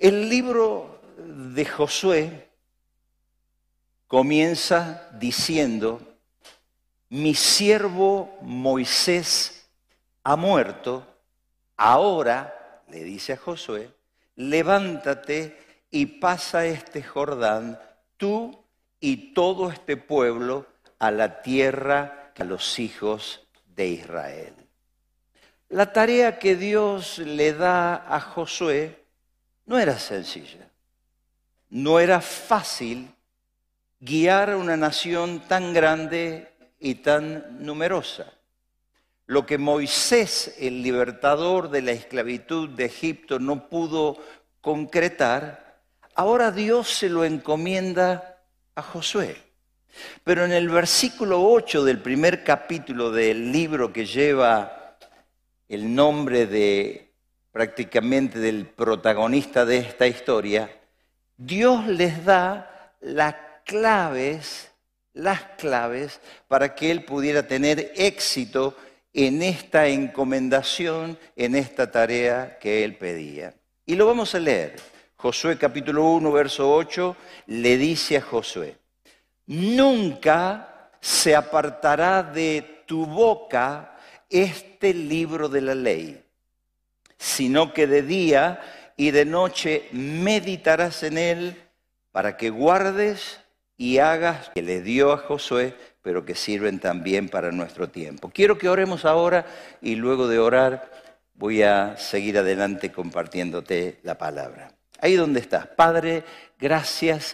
El libro de Josué comienza diciendo: mi siervo Moisés ha muerto, ahora, le dice a Josué, levántate y pasa este Jordán, tú y todo este pueblo, a la tierra a los hijos de Israel. La tarea que Dios le da a Josué no era sencilla, no era fácil guiar a una nación tan grande y tan numerosa. Lo que Moisés, el libertador de la esclavitud de Egipto, no pudo concretar, ahora Dios se lo encomienda a Josué. Pero en el versículo 8 del primer capítulo del libro que lleva el nombre de prácticamente del protagonista de esta historia, Dios les da las claves para que él pudiera tener éxito en esta encomendación, en esta tarea que él pedía. Y lo vamos a leer. Josué capítulo 1, verso 8, le dice a Josué: nunca se apartará de tu boca este libro de la ley, sino que de día y de noche meditarás en él, para que guardes y hagas que le dio a Josué, pero que sirven también para nuestro tiempo. Quiero que oremos ahora y luego de orar voy a seguir adelante compartiéndote la palabra. Ahí donde estás. Padre, gracias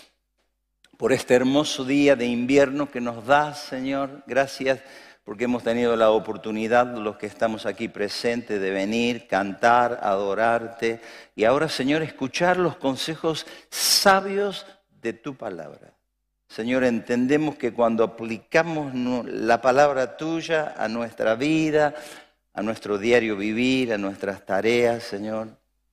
por este hermoso día de invierno que nos das, Señor. Gracias porque hemos tenido la oportunidad, los que estamos aquí presentes, de venir, cantar, adorarte y ahora, Señor, escuchar los consejos sabios de tu palabra. Señor, entendemos que cuando aplicamos la palabra tuya a nuestra vida, a nuestro diario vivir, a nuestras tareas, Señor,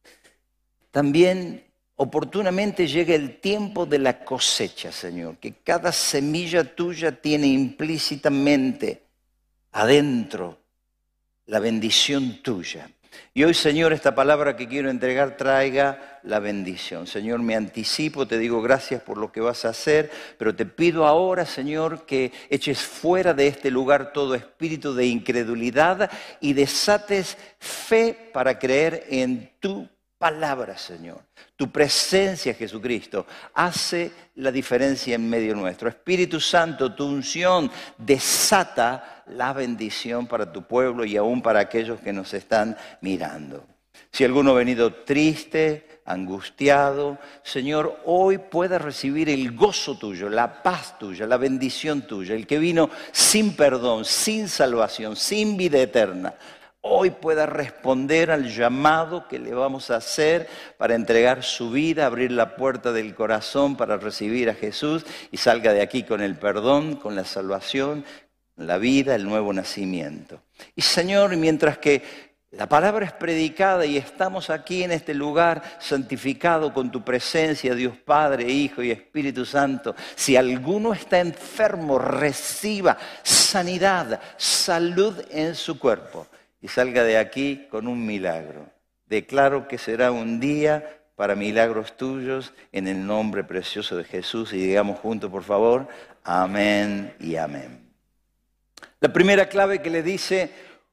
también oportunamente llega el tiempo de la cosecha, Señor, que cada semilla tuya tiene implícitamente adentro la bendición tuya. Y hoy, Señor, esta palabra que quiero entregar traiga la bendición. Señor, me anticipo, te digo gracias por lo que vas a hacer, pero te pido ahora, Señor, que eches fuera de este lugar todo espíritu de incredulidad y desates fe para creer en tu palabra, Señor. Tu presencia, Jesucristo, hace la diferencia en medio nuestro. Espíritu Santo, tu unción desata la bendición para tu pueblo y aún para aquellos que nos están mirando. Si alguno ha venido triste, angustiado, Señor, hoy pueda recibir el gozo tuyo, la paz tuya, la bendición tuya. El que vino sin perdón, sin salvación, sin vida eterna, hoy pueda responder al llamado que le vamos a hacer para entregar su vida, abrir la puerta del corazón para recibir a Jesús y salga de aquí con el perdón, con la salvación, la vida, el nuevo nacimiento. Y Señor, mientras que la palabra es predicada y estamos aquí en este lugar santificado con tu presencia, Dios Padre, Hijo y Espíritu Santo, si alguno está enfermo, reciba sanidad, salud en su cuerpo y salga de aquí con un milagro. Declaro que será un día para milagros tuyos en el nombre precioso de Jesús. Y digamos juntos, por favor, amén y amén. La primera clave que le dice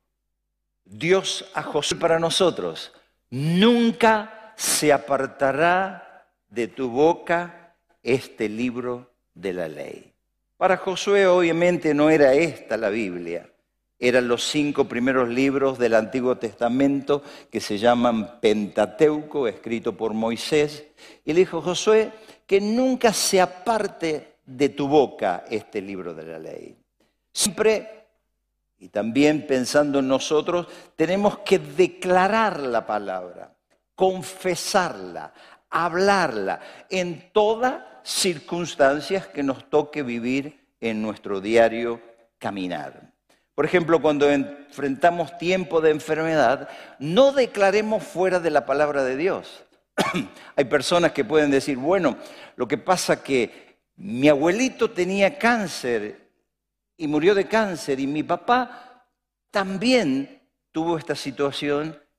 Dios a Josué para nosotros: nunca se apartará de tu boca este libro de la ley. Para Josué obviamente no era esta la Biblia. Eran los 5 primeros libros del Antiguo Testamento que se llaman Pentateuco, escrito por Moisés. Y le dijo: Josué, que nunca se aparte de tu boca este libro de la ley. Siempre, y también pensando en nosotros, tenemos que declarar la palabra, confesarla, hablarla en todas circunstancias que nos toque vivir en nuestro diario caminar. Por ejemplo, cuando enfrentamos tiempo de enfermedad, no declaremos fuera de la palabra de Dios. Hay personas que pueden decir: bueno, lo que pasa es que mi abuelito tenía cáncer y murió de cáncer, y mi papá también tuvo esta situación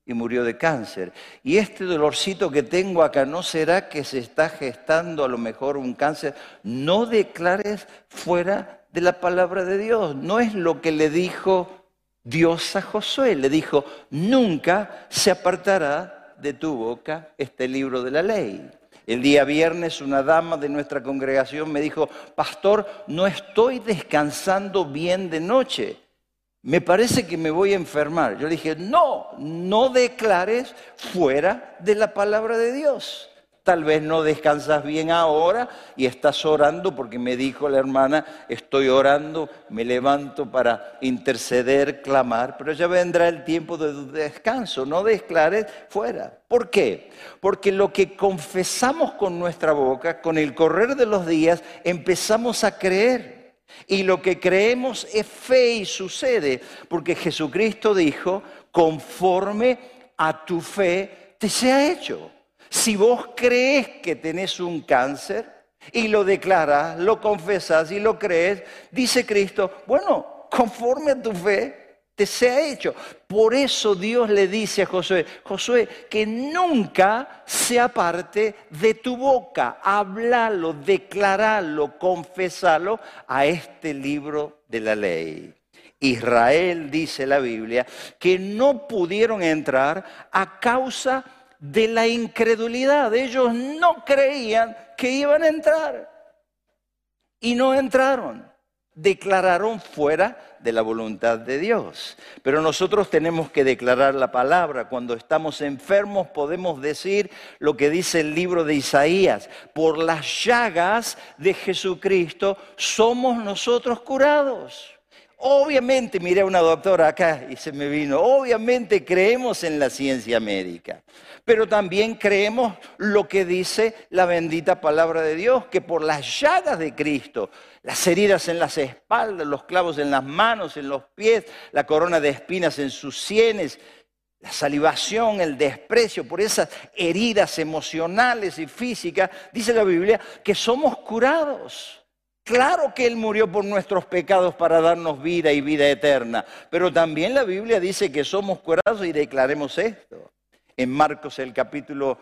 y murió de cáncer. Y este dolorcito que tengo acá, ¿no será que se está gestando a lo mejor un cáncer? No declares fuera de la palabra de Dios. No es lo que le dijo Dios a Josué. Le dijo, nunca se apartará de tu boca este libro de la ley. El día viernes una dama de nuestra congregación me dijo, pastor, no estoy descansando bien de noche. Me parece que me voy a enfermar. Yo le dije, no declares fuera de la palabra de Dios. Tal vez no descansas bien ahora y estás orando porque me dijo la hermana, estoy orando, me levanto para interceder, clamar, pero ya vendrá el tiempo de descanso, no declares fuera. ¿Por qué? Porque lo que confesamos con nuestra boca, con el correr de los días, empezamos a creer. Y lo que creemos es fe y sucede, porque Jesucristo dijo, conforme a tu fe te sea hecho. Si vos crees que tenés un cáncer y lo declaras, lo confesas y lo crees, dice Cristo, bueno, conforme a tu fe te sea hecho. Por eso Dios le dice a Josué, Josué, que nunca se aparte de tu boca. Háblalo, declaralo, confesalo a este libro de la ley. Israel, dice la Biblia, que no pudieron entrar a causa de la incredulidad. Ellos no creían que iban a entrar y no entraron. Declararon fuera de la voluntad de Dios. Pero nosotros tenemos que declarar la palabra. Cuando estamos enfermos podemos decir lo que dice el libro de Isaías. Por las llagas de Jesucristo somos nosotros curados. Obviamente, miré a una doctora acá y se me vino, obviamente creemos en la ciencia médica, pero también creemos lo que dice la bendita palabra de Dios, que por las llagas de Cristo, las heridas en las espaldas, los clavos en las manos, en los pies, la corona de espinas en sus sienes, la salivación, el desprecio por esas heridas emocionales y físicas, dice la Biblia que somos curados. Claro que Él murió por nuestros pecados para darnos vida y vida eterna, pero también la Biblia dice que somos curados y declaremos esto. En Marcos el capítulo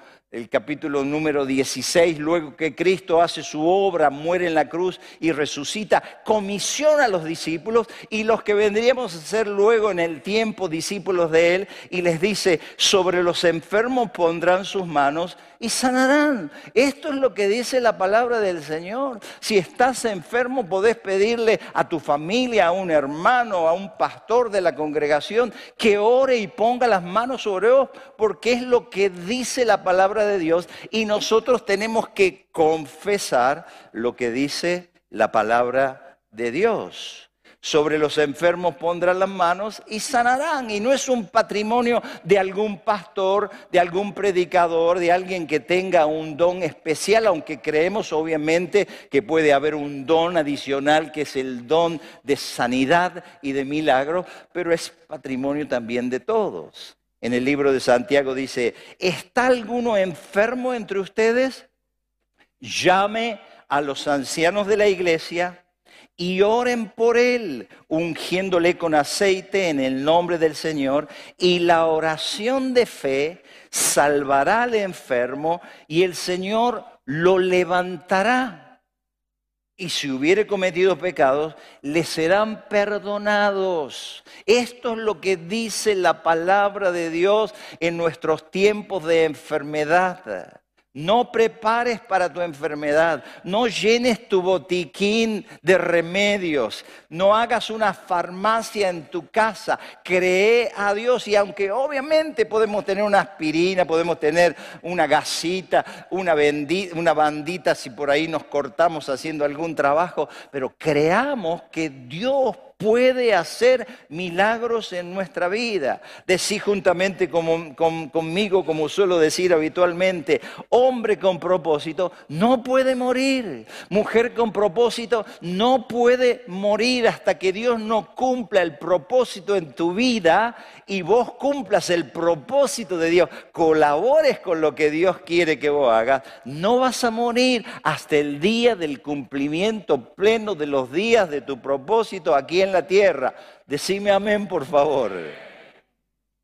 número 16, luego que Cristo hace su obra, muere en la cruz y resucita, comisiona a los discípulos y los que vendríamos a ser luego en el tiempo discípulos de Él, y les dice, sobre los enfermos pondrán sus manos y sanarán. Esto es lo que dice la palabra del Señor. Si estás enfermo, podés pedirle a tu familia, a un hermano, a un pastor de la congregación, que ore y ponga las manos sobre vos, porque es lo que dice la palabra de Dios, y nosotros tenemos que confesar lo que dice la palabra de Dios. Sobre los enfermos pondrán las manos y sanarán. Y no es un patrimonio de algún pastor, de algún predicador, de alguien que tenga un don especial, aunque creemos obviamente que puede haber un don adicional, que es el don de sanidad y de milagro, pero es patrimonio también de todos. En el libro de Santiago dice, ¿está alguno enfermo entre ustedes? Llame a los ancianos de la iglesia y oren por él, ungiéndole con aceite en el nombre del Señor, y la oración de fe salvará al enfermo y el Señor lo levantará. Y si hubiere cometido pecados, le serán perdonados. Esto es lo que dice la palabra de Dios en nuestros tiempos de enfermedad. No prepares para tu enfermedad, no llenes tu botiquín de remedios, no hagas una farmacia en tu casa, cree a Dios. Y aunque obviamente podemos tener una aspirina, podemos tener una gasita, una bandita si por ahí nos cortamos haciendo algún trabajo, pero creamos que Dios puede hacer milagros en nuestra vida. Decí juntamente conmigo, como suelo decir habitualmente, hombre con propósito no puede morir. Mujer con propósito no puede morir hasta que Dios no cumpla el propósito en tu vida y vos cumplas el propósito de Dios. Colabores con lo que Dios quiere que vos hagas. No vas a morir hasta el día del cumplimiento pleno de los días de tu propósito aquí en la tierra. Decime amén, por favor.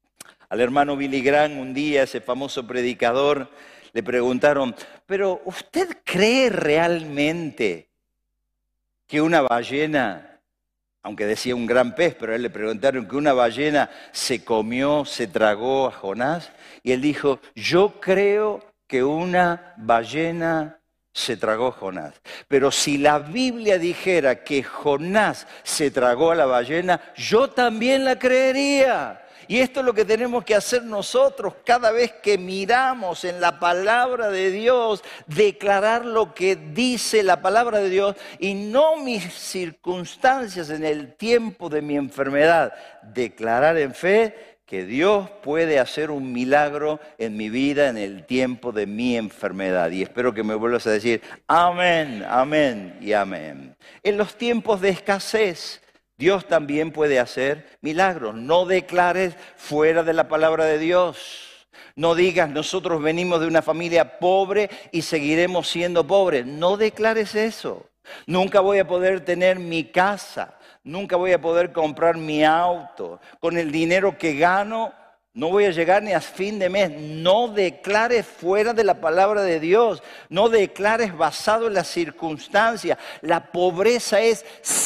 Al hermano Billy Graham un día, ese famoso predicador, le preguntaron, pero ¿usted cree realmente que una ballena, aunque decía un gran pez, pero a él le preguntaron que una ballena se comió, se tragó a Jonás? Y él dijo, yo creo que una ballena se tragó a Jonás. Pero si la Biblia dijera que Jonás se tragó a la ballena, yo también la creería. Y esto es lo que tenemos que hacer nosotros cada vez que miramos en la palabra de Dios, declarar lo que dice la palabra de Dios y no mis circunstancias en el tiempo de mi enfermedad. Declarar en fe que Dios puede hacer un milagro en mi vida en el tiempo de mi enfermedad. Y espero que me vuelvas a decir amén, amén y amén. En los tiempos de escasez, Dios también puede hacer milagros. No declares fuera de la palabra de Dios. No digas, nosotros venimos de una familia pobre y seguiremos siendo pobres. No declares eso. Nunca voy a poder tener mi casa. Nunca voy a poder comprar mi auto. Con el dinero que gano, no voy a llegar ni a fin de mes. No declares fuera de la palabra de Dios. No declares basado en las circunstancias. La pobreza es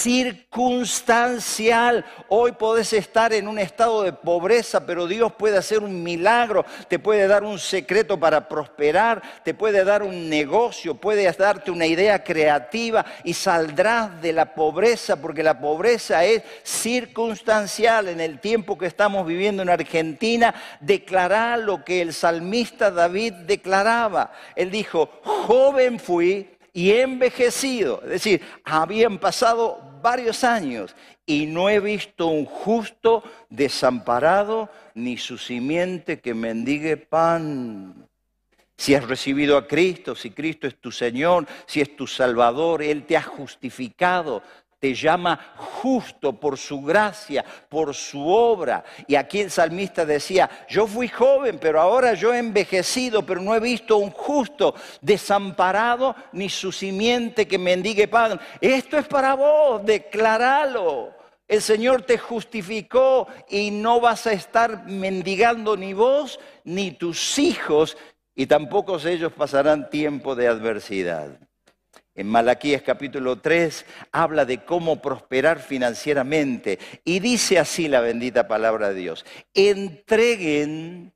circunstancial. Hoy podés estar en un estado de pobreza, pero Dios puede hacer un milagro. Te puede dar un secreto para prosperar. Te puede dar un negocio. Puede darte una idea creativa y saldrás de la pobreza, porque la pobreza es circunstancial. En el tiempo que estamos viviendo en Argentina, declará lo que el salmista David declaraba. Él dijo, joven fui y envejecido. Es decir, habían pasado varios años y no he visto un justo desamparado ni su simiente que mendigue pan. Si has recibido a Cristo, si Cristo es tu Señor, si es tu Salvador, Él te ha justificado. Te llama justo por su gracia, por su obra. Y aquí el salmista decía, yo fui joven, pero ahora yo he envejecido, pero no he visto un justo desamparado, ni su simiente que mendigue pan. Esto es para vos, declaralo. El Señor te justificó y no vas a estar mendigando ni vos, ni tus hijos, y tampoco ellos pasarán tiempo de adversidad. En Malaquías capítulo 3 habla de cómo prosperar financieramente y dice así la bendita palabra de Dios. Entreguen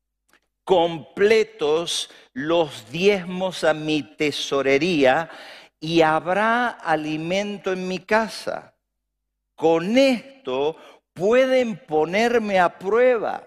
completos los diezmos a mi tesorería y habrá alimento en mi casa. Con esto pueden ponerme a prueba.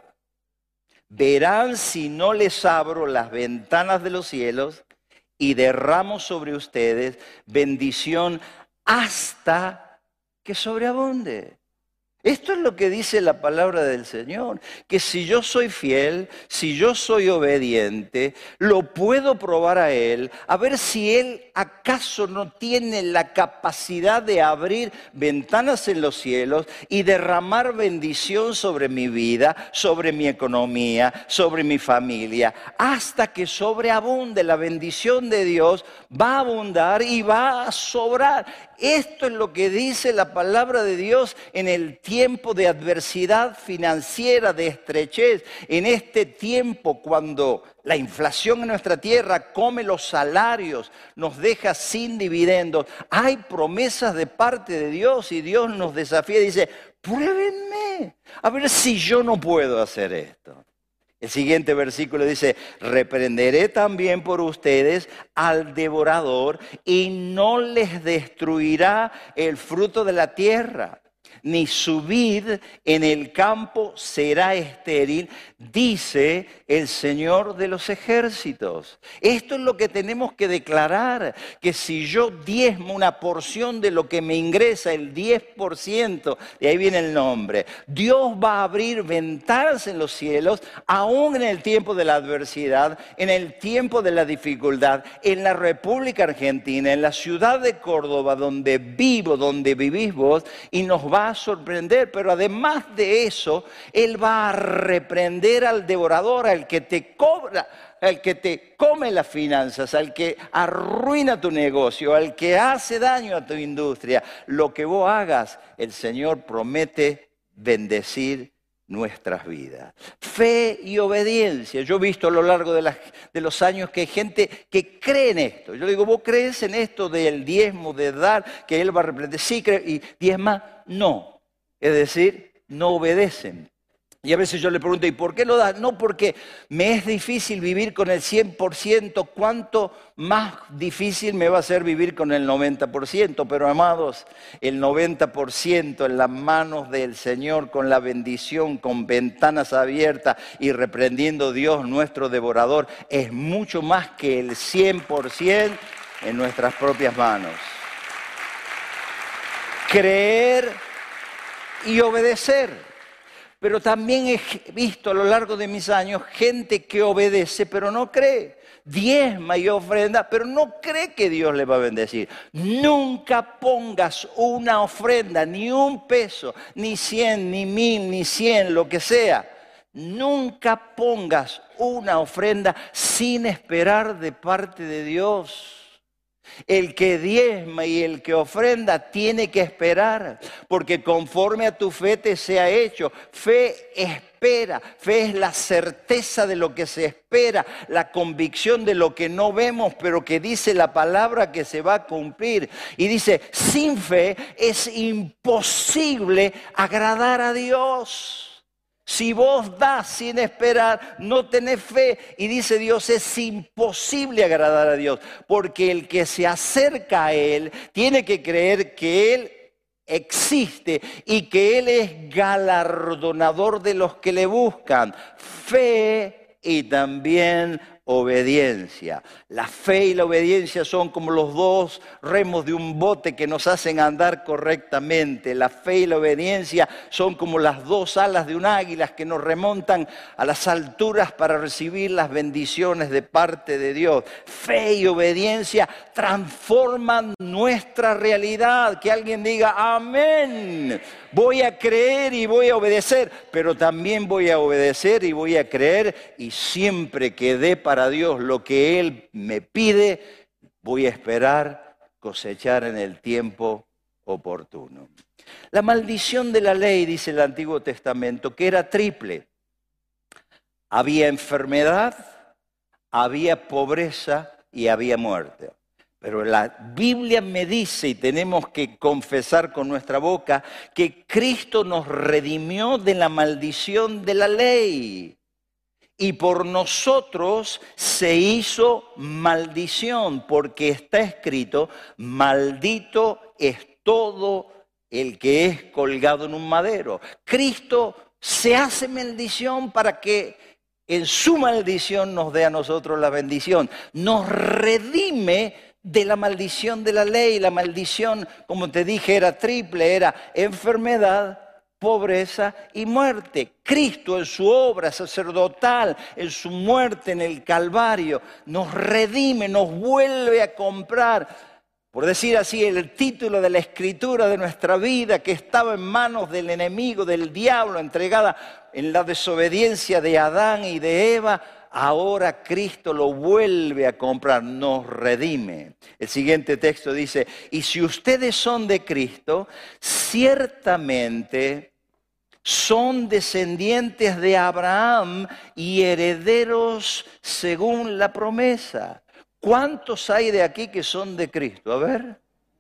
Verán si no les abro las ventanas de los cielos y derramo sobre ustedes bendición hasta que sobreabunde. Esto es lo que dice la palabra del Señor, que si yo soy fiel, si yo soy obediente, lo puedo probar a Él, a ver si Él acaso no tiene la capacidad de abrir ventanas en los cielos y derramar bendición sobre mi vida, sobre mi economía, sobre mi familia, hasta que sobreabunde. La bendición de Dios va a abundar y va a sobrar. Esto es lo que dice la palabra de Dios en el tiempo de adversidad financiera, de estrechez, en este tiempo cuando la inflación en nuestra tierra come los salarios, nos deja sin dividendos. Hay promesas de parte de Dios y Dios nos desafía y dice, pruébenme, a ver si yo no puedo hacer esto. El siguiente versículo dice, reprenderé también por ustedes al devorador y no les destruirá el fruto de la tierra, ni su vid en el campo será estéril, dice el Señor de los ejércitos. Esto es lo que tenemos que declarar, que si yo diezmo una porción de lo que me ingresa, el 10%, de ahí viene el nombre, Dios va a abrir ventanas en los cielos, aún en el tiempo de la adversidad, en el tiempo de la dificultad, en la República Argentina, en la ciudad de Córdoba, donde vivo, donde vivís vos, y nos va a sorprender, pero además de eso, Él va a reprender al devorador, al que te cobra, al que te come las finanzas, al que arruina tu negocio, al que hace daño a tu industria. Lo que vos hagas, el Señor promete bendecir nuestras vidas. Fe y obediencia. Yo he visto a lo largo de los años que hay gente que cree en esto. Yo digo, ¿vos crees en esto del diezmo, de dar, que Él va a reprender? Sí, creo. Y diezma, no. Es decir, no obedecen. Y a veces yo le pregunto, ¿y por qué lo das? No, porque me es difícil vivir con el 100%, ¿cuánto más difícil me va a ser vivir con el 90%? Pero amados, el 90% en las manos del Señor, con la bendición, con ventanas abiertas y reprendiendo Dios nuestro devorador, es mucho más que el 100% en nuestras propias manos. Creer y obedecer. Pero también he visto a lo largo de mis años gente que obedece pero no cree. Diezma y ofrenda, pero no cree que Dios le va a bendecir. Nunca pongas una ofrenda, ni un peso, ni 100, ni 1000, ni 100, lo que sea. Nunca pongas una ofrenda sin esperar de parte de Dios. El que diezma y el que ofrenda tiene que esperar, porque conforme a tu fe te sea hecho. Fe espera, fe es la certeza de lo que se espera, la convicción de lo que no vemos, pero que dice la palabra que se va a cumplir. Y dice, sin fe es imposible agradar a Dios. Si vos das sin esperar, no tenés fe. Y dice Dios, es imposible agradar a Dios. Porque el que se acerca a Él tiene que creer que Él existe y que Él es galardonador de los que le buscan. Fe y también obediencia. La fe y la obediencia son como los dos remos de un bote que nos hacen andar correctamente. La fe y la obediencia son como las dos alas de un águila que nos remontan a las alturas para recibir las bendiciones de parte de Dios. Fe y obediencia transforman nuestra realidad. Que alguien diga amén. Voy a creer y voy a obedecer, pero también voy a obedecer y voy a creer, y siempre que dé para Dios lo que Él me pide, voy a esperar cosechar en el tiempo oportuno. La maldición de la ley, dice el Antiguo Testamento, que era triple. Había enfermedad, había pobreza y había muerte. Pero la Biblia me dice, y tenemos que confesar con nuestra boca, que Cristo nos redimió de la maldición de la ley. Y por nosotros se hizo maldición, porque está escrito, maldito es todo el que es colgado en un madero. Cristo se hace maldición para que en su maldición nos dé a nosotros la bendición. Nos redime de la maldición de la ley. La maldición, como te dije, era triple, era enfermedad, pobreza y muerte. Cristo en su obra sacerdotal, en su muerte en el Calvario, nos redime, nos vuelve a comprar. Por decir así, el título de la escritura de nuestra vida que estaba en manos del enemigo, del diablo, entregada en la desobediencia de Adán y de Eva, ahora Cristo lo vuelve a comprar, nos redime. El siguiente texto dice, y si ustedes son de Cristo, ciertamente son descendientes de Abraham y herederos según la promesa. ¿Cuántos hay de aquí que son de Cristo? A ver.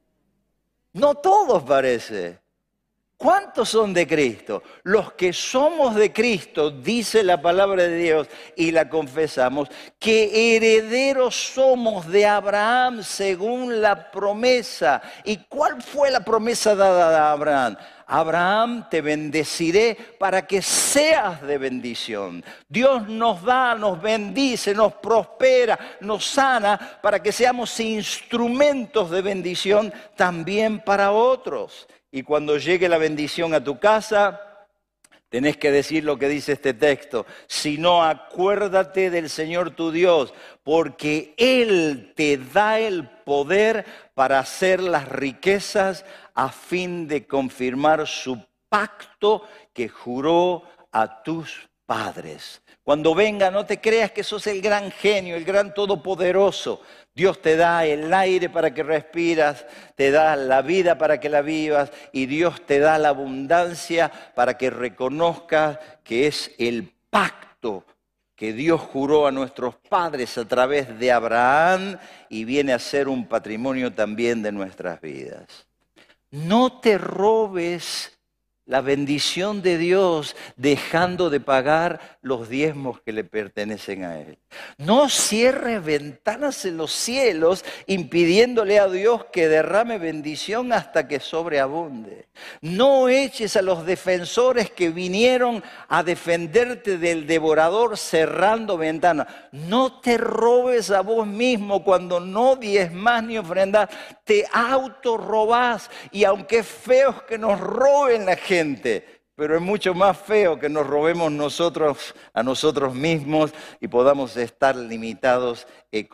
No todos parece. ¿Cuántos son de Cristo? Los que somos de Cristo, dice la palabra de Dios y la confesamos, que herederos somos de Abraham según la promesa. ¿Y cuál fue la promesa dada a Abraham? Abraham, te bendeciré para que seas de bendición. Dios nos da, nos bendice, nos prospera, nos sana para que seamos instrumentos de bendición también para otros. Y cuando llegue la bendición a tu casa, tenés que decir lo que dice este texto. Si no, acuérdate del Señor tu Dios, porque Él te da el poder para hacer las riquezas a fin de confirmar su pacto que juró a tus padres. Cuando venga, no te creas que sos el gran genio, el gran todopoderoso. Dios te da el aire para que respiras, te da la vida para que la vivas y Dios te da la abundancia para que reconozcas que es el pacto que Dios juró a nuestros padres a través de Abraham y viene a ser un patrimonio también de nuestras vidas. No te robes la bendición de Dios dejando de pagar los diezmos que le pertenecen a Él. No cierres ventanas en los cielos impidiéndole a Dios que derrame bendición hasta que sobreabunde. No eches a los defensores que vinieron a defenderte del devorador cerrando ventanas. No te robes a vos mismo cuando no diezmas ni ofrendas. Te autorrobás y aunque es feo que nos roben la gente, pero es mucho más feo que nos robemos nosotros a nosotros mismos y podamos estar limitados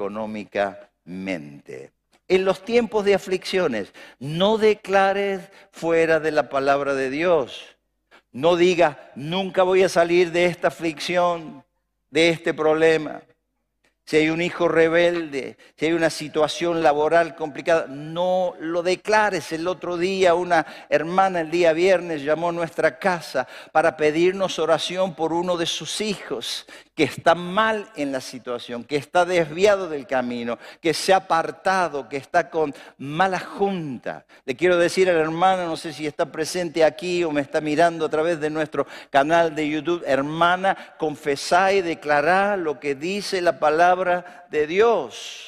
económicamente. En los tiempos de aflicciones, no declares fuera de la palabra de Dios. No digas, nunca voy a salir de esta aflicción, de este problema. Si hay un hijo rebelde, si hay una situación laboral complicada, no lo declares. El otro día una hermana el día viernes llamó a nuestra casa para pedirnos oración por uno de sus hijos que está mal en la situación, que está desviado del camino, que se ha apartado, que está con mala junta. Le quiero decir a la hermana, no sé si está presente aquí o me está mirando a través de nuestro canal de YouTube, hermana, confesá y declará lo que dice la palabra de Dios.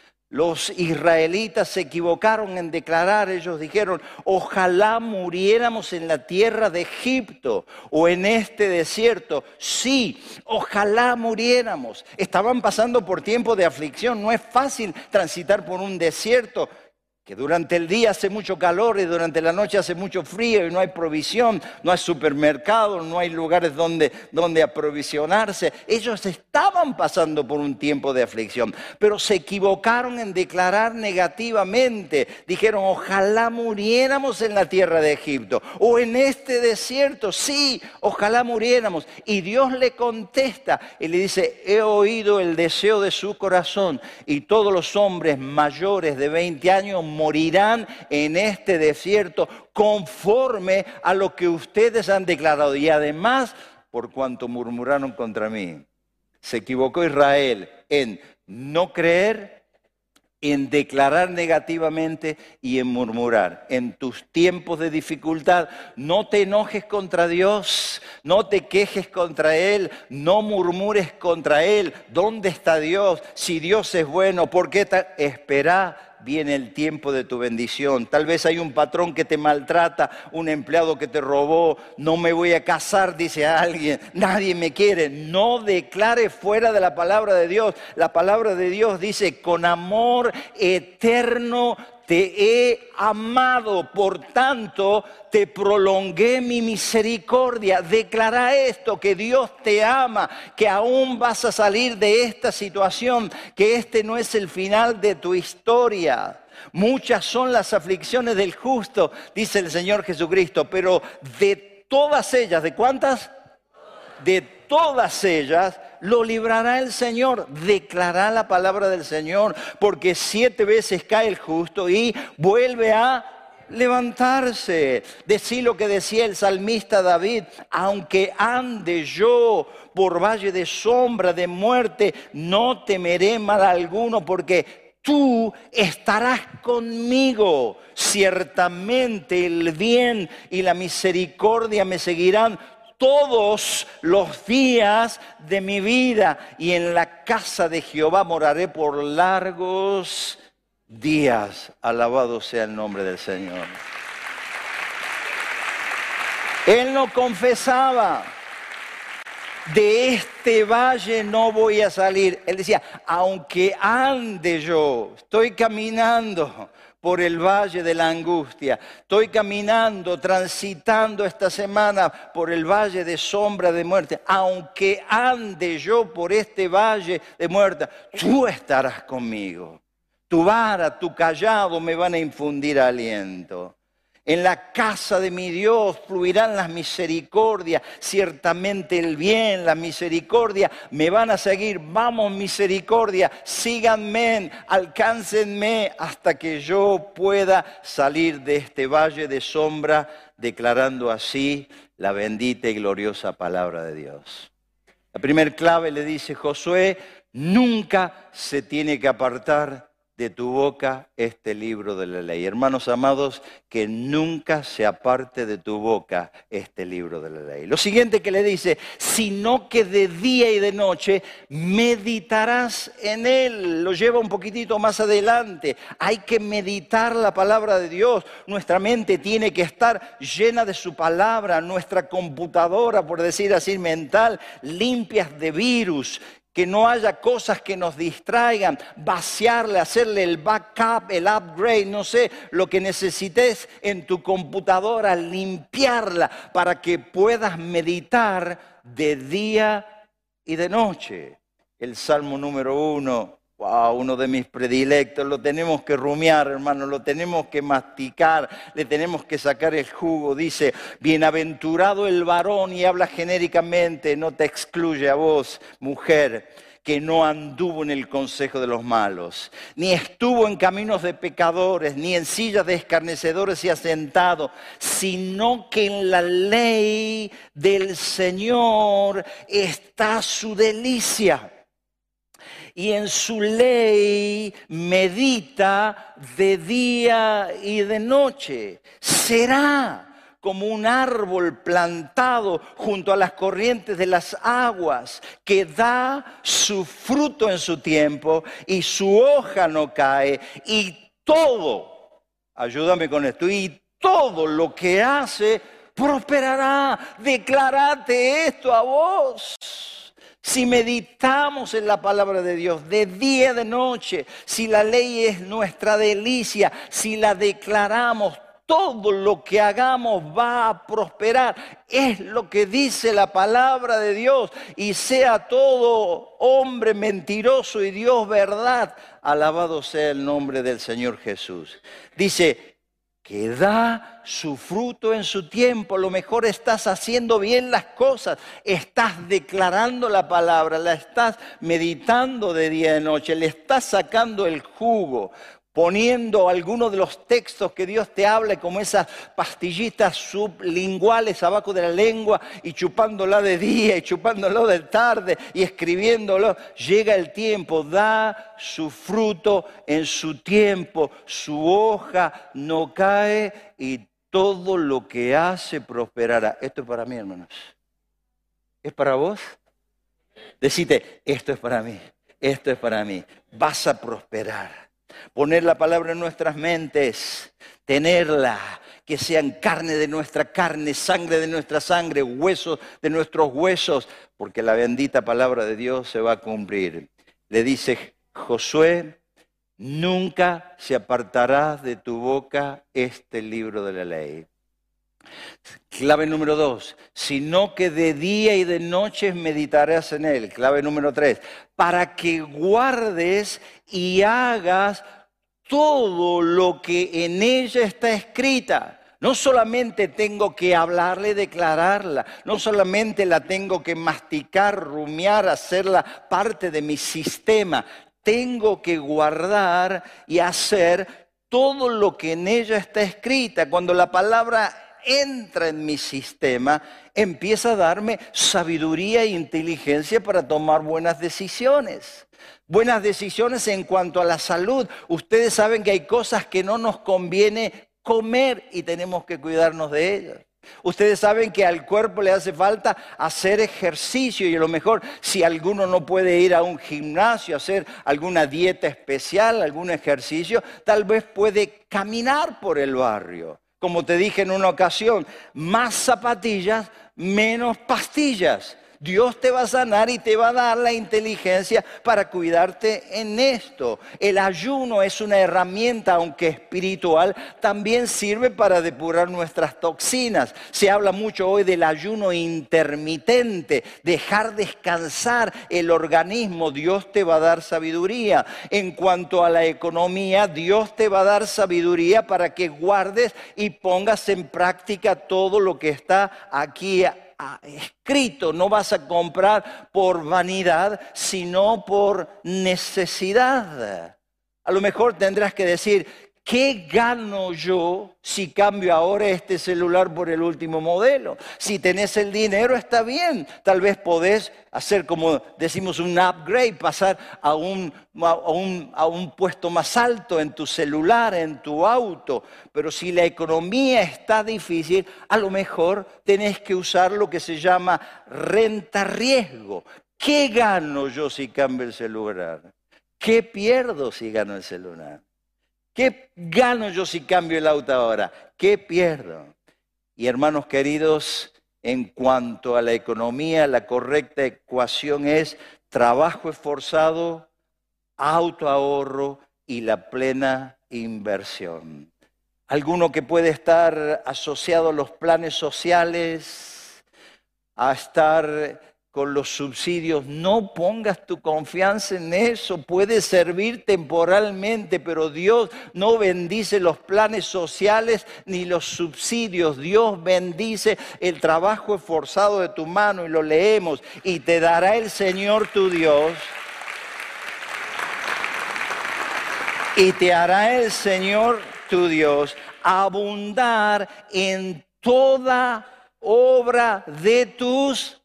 Los israelitas se equivocaron en declarar, ellos dijeron, ojalá muriéramos en la tierra de Egipto o en este desierto. Sí, ojalá muriéramos. Estaban pasando por tiempos de aflicción, no es fácil transitar por un desierto que durante el día hace mucho calor y durante la noche hace mucho frío y no hay provisión, no hay supermercados, no hay lugares donde aprovisionarse. Ellos estaban pasando por un tiempo de aflicción, pero se equivocaron en declarar negativamente. Dijeron, ojalá muriéramos en la tierra de Egipto o en este desierto. Sí, ojalá muriéramos. Y Dios le contesta y le dice, he oído el deseo de su corazón y todos los hombres mayores de 20 años morirán en este desierto conforme a lo que ustedes han declarado. Y además, por cuanto murmuraron contra mí. Se equivocó Israel en no creer, en declarar negativamente y en murmurar. En tus tiempos de dificultad, no te enojes contra Dios, no te quejes contra Él, no murmures contra Él. ¿Dónde está Dios? Si Dios es bueno, ¿por qué espera? Viene el tiempo de tu bendición. Tal vez hay un patrón que te maltrata, un empleado que te robó. No me voy a casar, dice alguien. Nadie me quiere. No declare fuera de la palabra de Dios. La palabra de Dios dice, con amor eterno te he amado, por tanto te prolongué mi misericordia. Declara esto, que Dios te ama, que aún vas a salir de esta situación, que este no es el final de tu historia. Muchas son las aflicciones del justo, dice el Señor Jesucristo, pero de todas ellas, ¿de cuántas? De todas ellas lo librará el Señor. Declará la palabra del Señor, porque 7 veces cae el justo y vuelve a levantarse. Decí lo que decía el salmista David, aunque ande yo por valle de sombra de muerte, no temeré mal alguno, porque tú estarás conmigo. Ciertamente el bien y la misericordia me seguirán todos los días de mi vida, y en la casa de Jehová moraré por largos días. Alabado sea el nombre del Señor. Él no confesaba, de este valle no voy a salir. Él decía, aunque ande yo, estoy caminando por el valle de la angustia, estoy caminando, transitando esta semana por el valle de sombra de muerte, aunque ande yo por este valle de muerte, tú estarás conmigo. Tu vara, tu callado me van a infundir aliento. En la casa de mi Dios fluirán las misericordias, ciertamente el bien, la misericordia me van a seguir. Vamos, misericordia, síganme, alcáncenme hasta que yo pueda salir de este valle de sombra, declarando así la bendita y gloriosa palabra de Dios. La primer clave le dice Josué: nunca se tiene que apartar de tu boca este libro de la ley. Hermanos amados, que nunca se aparte de tu boca este libro de la ley. Lo siguiente que le dice: sino que de día y de noche meditarás en él. Lo lleva un poquitito más adelante. Hay que meditar la palabra de Dios. Nuestra mente tiene que estar llena de su palabra. Nuestra computadora, por decir así, mental, limpias de virus. Que no haya cosas que nos distraigan, vaciarle, hacerle el backup, el upgrade, no sé, lo que necesites en tu computadora, limpiarla para que puedas meditar de día y de noche. El Salmo número 1, wow, uno de mis predilectos, lo tenemos que rumiar, hermano, lo tenemos que masticar, le tenemos que sacar el jugo. Dice: bienaventurado el varón, y habla genéricamente, no te excluye a vos, mujer, que no anduvo en el consejo de los malos, ni estuvo en caminos de pecadores, ni en sillas de escarnecedores se ha sentado, sino que en la ley del Señor está su delicia. Y en su ley medita de día y de noche. Será como un árbol plantado junto a las corrientes de las aguas, que da su fruto en su tiempo y su hoja no cae. Y todo, ayúdame con esto, y todo lo que hace prosperará. Declarate esto a vos. Si meditamos en la palabra de Dios de día y de noche, si la ley es nuestra delicia, si la declaramos, todo lo que hagamos va a prosperar. Es lo que dice la palabra de Dios. Y sea todo hombre mentiroso y Dios verdad. Alabado sea el nombre del Señor Jesús. Dice que da su fruto en su tiempo. A lo mejor estás haciendo bien las cosas, estás declarando la palabra, la estás meditando de día y de noche, le estás sacando el jugo, poniendo algunos de los textos que Dios te habla como esas pastillitas sublinguales abajo de la lengua, y chupándola de día y chupándolo de tarde y escribiéndolo. Llega el tiempo, da su fruto en su tiempo, su hoja no cae y todo lo que hace prosperará. Esto es para mí, hermanos. ¿Es para vos? Decite: esto es para mí, esto es para mí. Vas a prosperar. Poner la palabra en nuestras mentes, tenerla, que sean carne de nuestra carne, sangre de nuestra sangre, huesos de nuestros huesos, porque la bendita palabra de Dios se va a cumplir. Le dice Josué: nunca se apartará de tu boca este libro de la ley. Clave número 2, sino que de día y de noche meditarás en él. Clave número 3, para que guardes y hagas todo lo que en ella está escrita. No solamente tengo que hablarle, declararla, no solamente la tengo que masticar, rumiar, hacerla parte de mi sistema. Tengo que guardar y hacer todo lo que en ella está escrita. Cuando la palabra entra en mi sistema, empieza a darme sabiduría e inteligencia para tomar buenas decisiones. Buenas decisiones en cuanto a la salud. Ustedes saben que hay cosas que no nos conviene comer y tenemos que cuidarnos de ellas. Ustedes saben que al cuerpo le hace falta hacer ejercicio, y a lo mejor si alguno no puede ir a un gimnasio, hacer alguna dieta especial, algún ejercicio, tal vez puede caminar por el barrio. Como te dije en una ocasión, más zapatillas, menos pastillas. Dios te va a sanar y te va a dar la inteligencia para cuidarte en esto. El ayuno es una herramienta, aunque espiritual, también sirve para depurar nuestras toxinas. Se habla mucho hoy del ayuno intermitente, dejar descansar el organismo. Dios te va a dar sabiduría. En cuanto a la economía, Dios te va a dar sabiduría para que guardes y pongas en práctica todo lo que está aquí escrito. No vas a comprar por vanidad, sino por necesidad. A lo mejor tendrás que decir, ¿qué gano yo si cambio ahora este celular por el último modelo? Si tenés el dinero está bien, tal vez podés hacer como decimos un upgrade, pasar a un puesto más alto en tu celular, en tu auto. Pero si la economía está difícil, a lo mejor tenés que usar lo que se llama renta riesgo. ¿Qué gano yo si cambio el celular? ¿Qué pierdo si gano el celular? ¿Qué gano yo si cambio el auto ahora? ¿Qué pierdo? Y hermanos queridos, en cuanto a la economía, la correcta ecuación es trabajo esforzado, autoahorro y la plena inversión. Alguno que puede estar asociado a los planes sociales, a estar con los subsidios, no pongas tu confianza en eso. Puede servir temporalmente, pero Dios no bendice los planes sociales ni los subsidios. Dios bendice el trabajo esforzado de tu mano, y lo leemos, y te dará el Señor tu Dios. Y te hará el Señor tu Dios abundar en toda obra de tus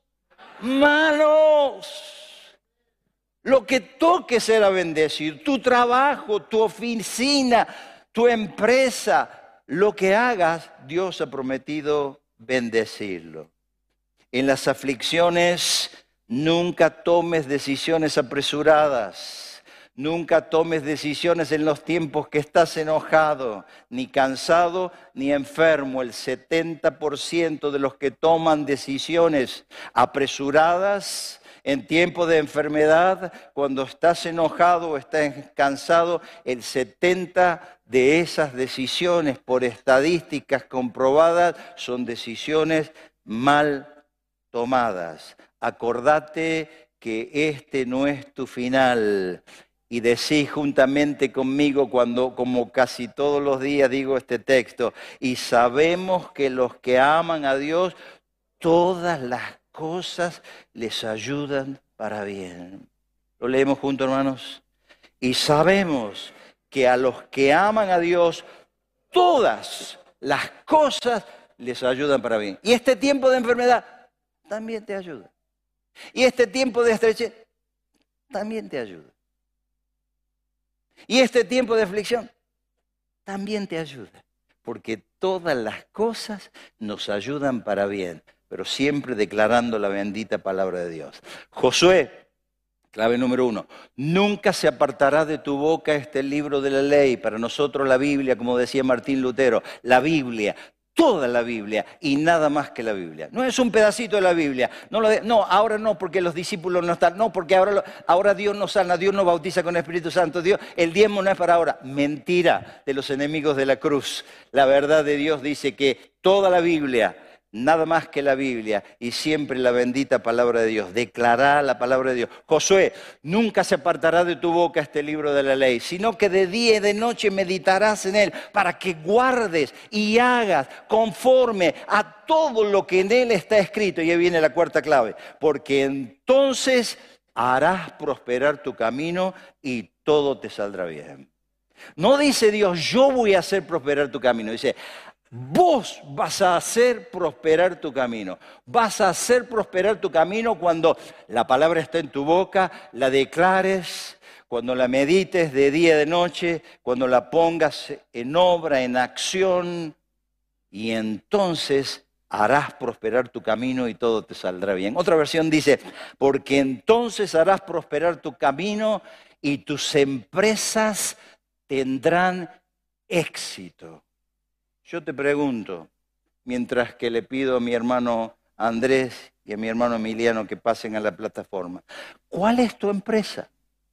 manos. Lo que toque será bendecido. Tu trabajo, tu oficina, tu empresa, lo que hagas, Dios ha prometido bendecirlo. En las aflicciones, nunca tomes decisiones apresuradas. Nunca tomes decisiones en los tiempos que estás enojado, ni cansado, ni enfermo. El 70% de los que toman decisiones apresuradas en tiempo de enfermedad, cuando estás enojado o estás cansado, el 70% de esas decisiones, por estadísticas comprobadas, son decisiones mal tomadas. Acordate que este no es tu final. Y decís juntamente conmigo, cuando, como casi todos los días digo este texto, y sabemos que los que aman a Dios, todas las cosas les ayudan para bien. ¿Lo leemos juntos, hermanos? Y sabemos que a los que aman a Dios, todas las cosas les ayudan para bien. Y este tiempo de enfermedad también te ayuda. Y este tiempo de estrechez también te ayuda. Y este tiempo de aflicción también te ayuda, porque todas las cosas nos ayudan para bien, pero siempre declarando la bendita palabra de Dios. Josué, clave número 1, nunca se apartará de tu boca este libro de la ley. Para nosotros la Biblia, como decía Martín Lutero, la Biblia, toda la Biblia y nada más que la Biblia. No es un pedacito de la Biblia. No, ahora no, porque los discípulos no están. No, porque ahora Dios nos sana, Dios nos bautiza con el Espíritu Santo. El diezmo no es para ahora. Mentira de los enemigos de la cruz. La verdad de Dios dice que toda la Biblia, nada más que la Biblia, y siempre la bendita palabra de Dios. Declará la palabra de Dios. Josué, nunca se apartará de tu boca este libro de la ley, sino que de día y de noche meditarás en él, para que guardes y hagas conforme a todo lo que en él está escrito. Y ahí viene la cuarta clave. Porque entonces harás prosperar tu camino y todo te saldrá bien. No dice Dios, yo voy a hacer prosperar tu camino. Dice, vos vas a hacer prosperar tu camino. Vas a hacer prosperar tu camino cuando la palabra está en tu boca, la declares, cuando la medites de día y de noche, cuando la pongas en obra, en acción, y entonces harás prosperar tu camino y todo te saldrá bien. Otra versión dice, porque entonces harás prosperar tu camino y tus empresas tendrán éxito. Yo te pregunto, mientras que le pido a mi hermano a Andrés y a mi hermano Emiliano que pasen a la plataforma. ¿Cuál es tu empresa?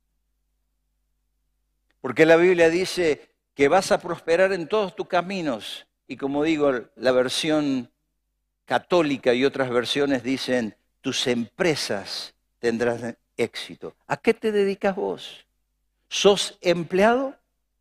Porque la Biblia dice que vas a prosperar en todos tus caminos. Y como digo, la versión católica y otras versiones dicen, tus empresas tendrán éxito. ¿A qué te dedicas vos? ¿Sos empleado?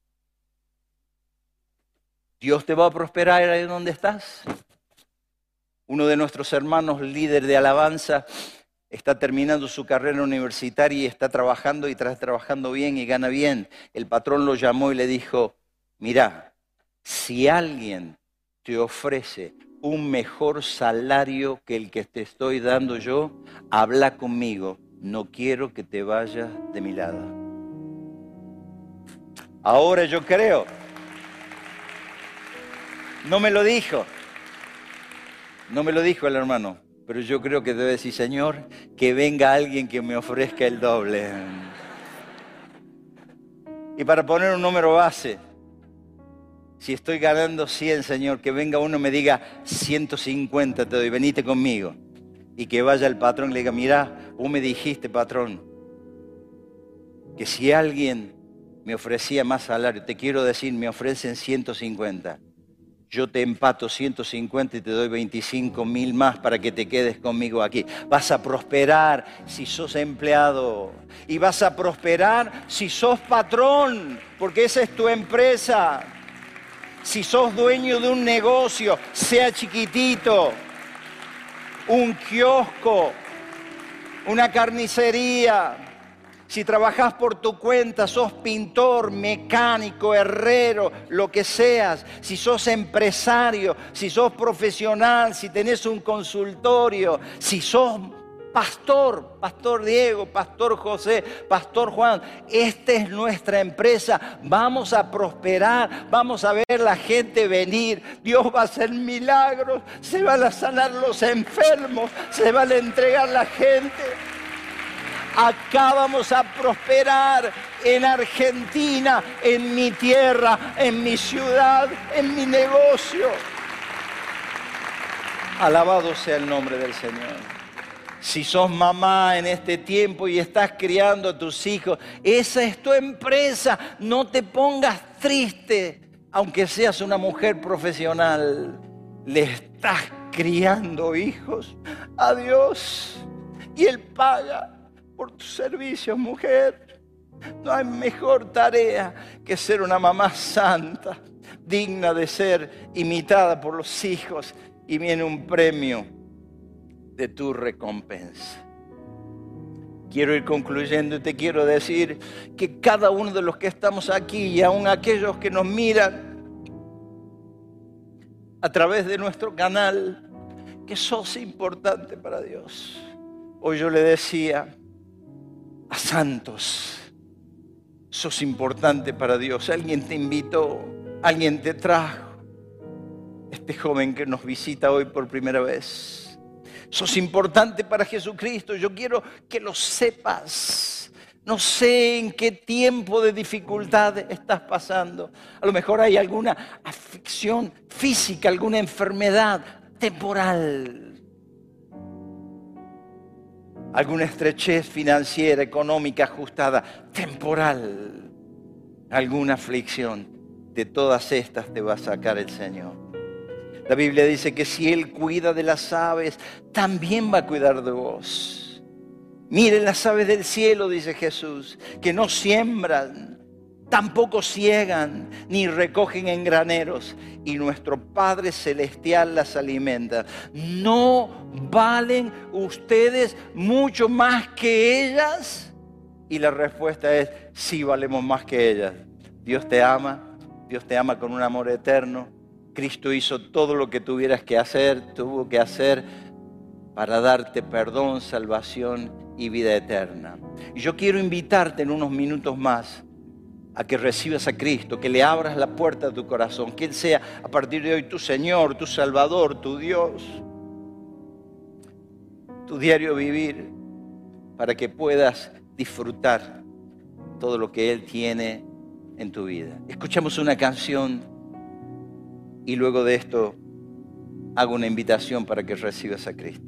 ¿Dios te va a prosperar ahí donde estás? Uno de nuestros hermanos, líder de alabanza, está terminando su carrera universitaria y está trabajando y está trabajando bien y gana bien. El patrón lo llamó y le dijo, mirá, si alguien te ofrece un mejor salario que el que te estoy dando yo, habla conmigo, no quiero que te vayas de mi lado. Ahora yo creo, no me lo dijo el hermano, pero yo creo que debe decir, Señor, que venga alguien que me ofrezca el doble. Y para poner un número base, si estoy ganando 100, Señor, que venga uno y me diga 150 te doy, venite conmigo. Y que vaya el patrón y le diga, mirá, vos me dijiste, patrón, que si alguien me ofrecía más salario, te quiero decir, me ofrecen 150. Yo te empato 150 y te doy 25.000 más para que te quedes conmigo aquí. Vas a prosperar si sos empleado. Y vas a prosperar si sos patrón, porque esa es tu empresa. Si sos dueño de un negocio, sea chiquitito, un kiosco, una carnicería. Si trabajás por tu cuenta, sos pintor, mecánico, herrero, lo que seas. Si sos empresario, si sos profesional, si tenés un consultorio, si sos pastor, pastor Diego, pastor José, pastor Juan. Esta es nuestra empresa. Vamos a prosperar, vamos a ver la gente venir. Dios va a hacer milagros, se van a sanar los enfermos, se van a entregar la gente. Acá vamos a prosperar, en Argentina, en mi tierra, en mi ciudad, en mi negocio. Alabado sea el nombre del Señor. Si sos mamá en este tiempo y estás criando a tus hijos, esa es tu empresa. No te pongas triste, aunque seas una mujer profesional. Le estás criando hijos a Dios y Él paga por tus servicios, mujer. No hay mejor tarea que ser una mamá santa, digna de ser imitada por los hijos, y viene un premio de tu recompensa. Quiero ir concluyendo y te quiero decir que cada uno de los que estamos aquí y aún aquellos que nos miran a través de nuestro canal, que sos importante para Dios. Hoy yo le decía a santos, sos importante para Dios. Alguien te invitó, alguien te trajo. Este joven que nos visita hoy por primera vez. Sos importante para Jesucristo. Yo quiero que lo sepas. No sé en qué tiempo de dificultad estás pasando. A lo mejor hay alguna aflicción física, alguna enfermedad temporal. Alguna estrechez financiera, económica, ajustada, temporal. Alguna aflicción. De todas estas te va a sacar el Señor. La Biblia dice que si Él cuida de las aves, también va a cuidar de vos. Miren las aves del cielo, dice Jesús, que no siembran, tampoco ciegan, ni recogen en graneros, y nuestro Padre Celestial las alimenta. ¿No valen ustedes mucho más que ellas? Y la respuesta es, sí valemos más que ellas. Dios te ama con un amor eterno. Cristo hizo todo lo que tuvo que hacer para darte perdón, salvación y vida eterna. Y yo quiero invitarte en unos minutos más a que recibas a Cristo, que le abras la puerta de tu corazón, que Él sea a partir de hoy tu Señor, tu Salvador, tu Dios, tu diario vivir, para que puedas disfrutar todo lo que Él tiene en tu vida. Escuchamos una canción y luego de esto hago una invitación para que recibas a Cristo.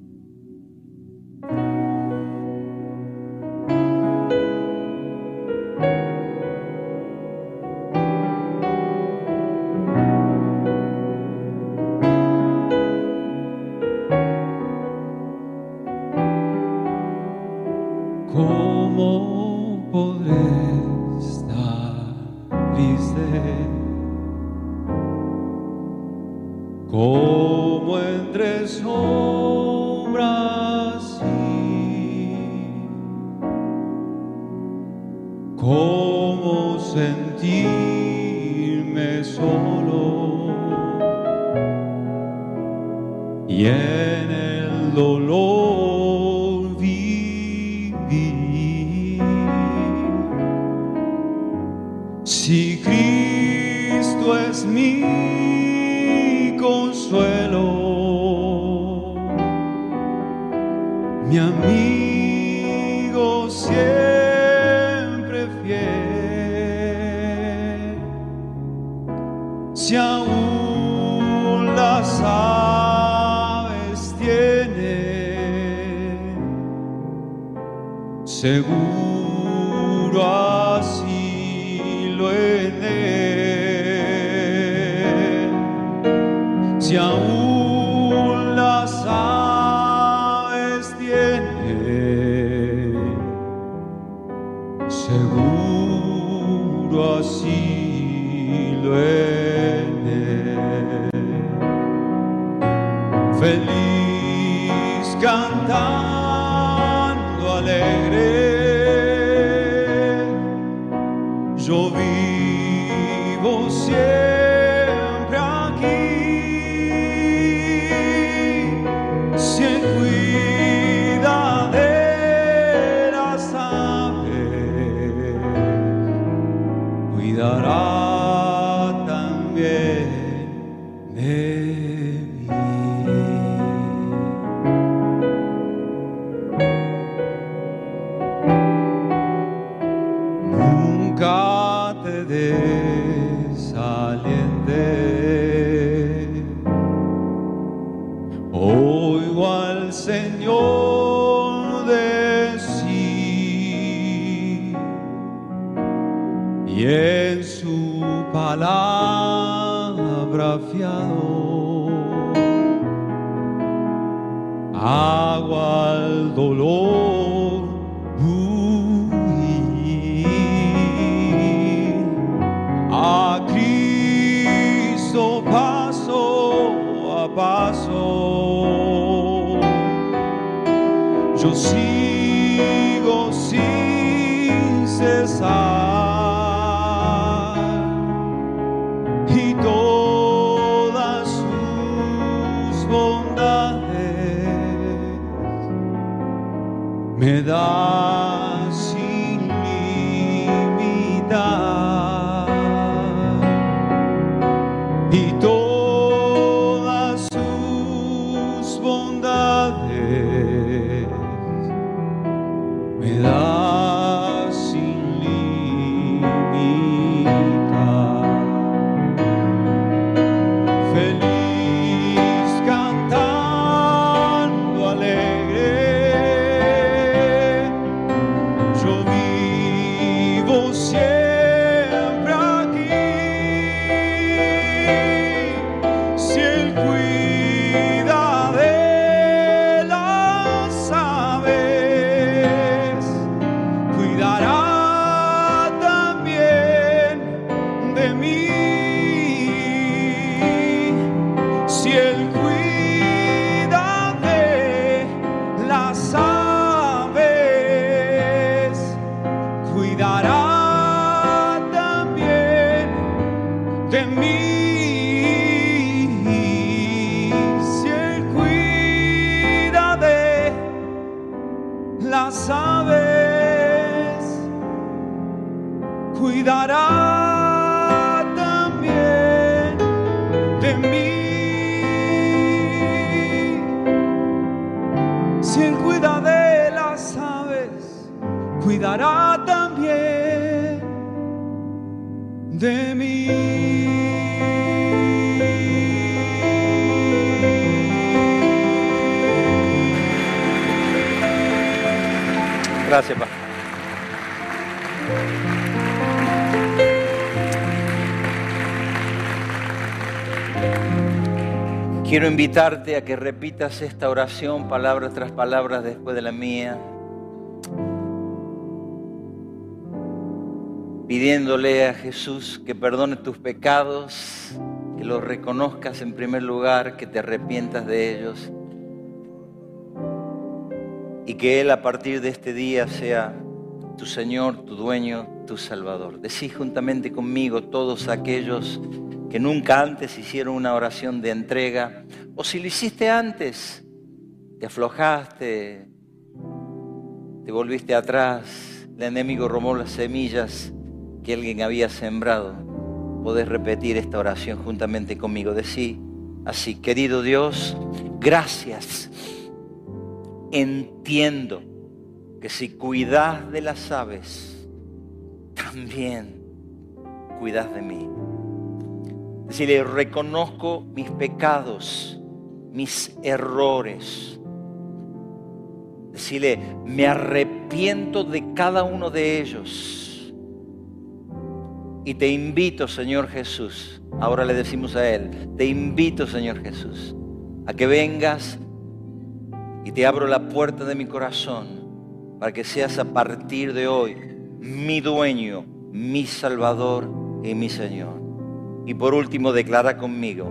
¿Cómo podré estar triste? Como entre sombras y cómo sentirme solo y en el dolor vivir. Si Cristo es mi consuelo, mi amigo siempre fiel, si aún las aves tienen seguro asilo en él, si aún las aves tienen seguro asilo en él. Feliz cantando alegre, yo vivo siempre aquí. Si Él cuida de las aves, cuidará también de mí. Nunca te desalientes, oigo al Señor decir, y en su palabra fiado hago al dolor huir. A Cristo paso a paso yo sigo sin cesar, y todas sus bondades me da sin limitar, y todas sus bondades me da sin limitar. Feliz cantando alegre, yo vivo siempre aquí. Si Él cuida de las aves, cuidará también de mí. Si Él cuida de las aves, cuidará también de mí. Si Él cuida de las aves, cuidará también de mí. Si Él cuida de las aves, cuidará también de mí. Gracias, Padre. Quiero invitarte a que repitas esta oración palabra tras palabra después de la mía, pidiéndole a Jesús que perdone tus pecados, que los reconozcas en primer lugar, que te arrepientas de ellos y que Él a partir de este día sea tu Señor, tu dueño, tu Salvador. Decí juntamente conmigo todos aquellos que nunca antes hicieron una oración de entrega, o si lo hiciste antes, te aflojaste, te volviste atrás, el enemigo robó las semillas que alguien había sembrado. Podés repetir esta oración juntamente conmigo. Decí así: querido Dios, gracias. Entiendo que si cuidas de las aves, también cuidas de mí. Decirle: reconozco mis pecados, mis errores. Decirle: me arrepiento de cada uno de ellos. Y te invito, Señor Jesús, ahora le decimos a Él, te invito, Señor Jesús, a que vengas y te abro la puerta de mi corazón para que seas a partir de hoy mi dueño, mi Salvador y mi Señor. Y por último, declara conmigo: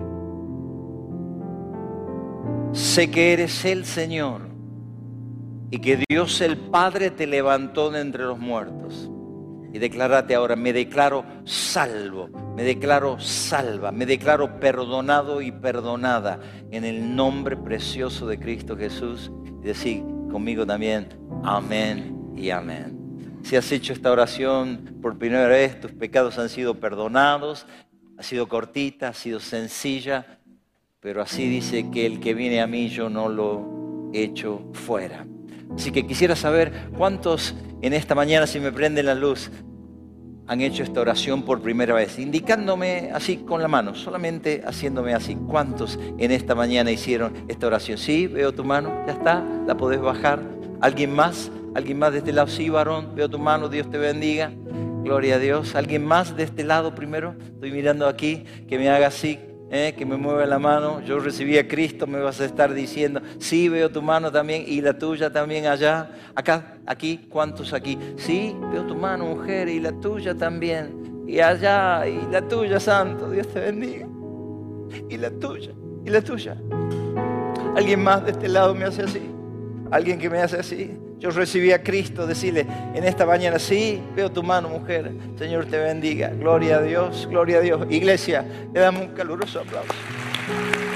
sé que eres el Señor y que Dios el Padre te levantó de entre los muertos. Y declárate ahora: me declaro salvo, me declaro salva, me declaro perdonado y perdonada en el nombre precioso de Cristo Jesús. Y decid conmigo también: amén y amén. Si has hecho esta oración por primera vez, tus pecados han sido perdonados. Ha sido cortita, ha sido sencilla, pero así dice que el que viene a mí yo no lo echo fuera. Así que quisiera saber cuántos en esta mañana, si me prenden la luz, han hecho esta oración por primera vez, indicándome así con la mano, solamente haciéndome así. ¿Cuántos en esta mañana hicieron esta oración? Sí, veo tu mano, ya está, la podés bajar. ¿Alguien más? ¿Alguien más de este lado? Sí, varón, veo tu mano, Dios te bendiga. Gloria a Dios. ¿Alguien más de este lado primero? Estoy mirando aquí, que me haga así, que me mueva la mano. Yo recibí a Cristo, me vas a estar diciendo: sí, veo tu mano también, y la tuya también allá. Acá, aquí, ¿cuántos aquí? Sí, veo tu mano, mujer, y la tuya también. Y allá, y la tuya, santo, Dios te bendiga. Y la tuya, y la tuya. ¿Alguien más de este lado me hace así? ¿Alguien que me hace así? Yo recibí a Cristo, decirle en esta mañana: sí, veo tu mano, mujer, Señor te bendiga. Gloria a Dios, gloria a Dios. Iglesia, le damos un caluroso aplauso.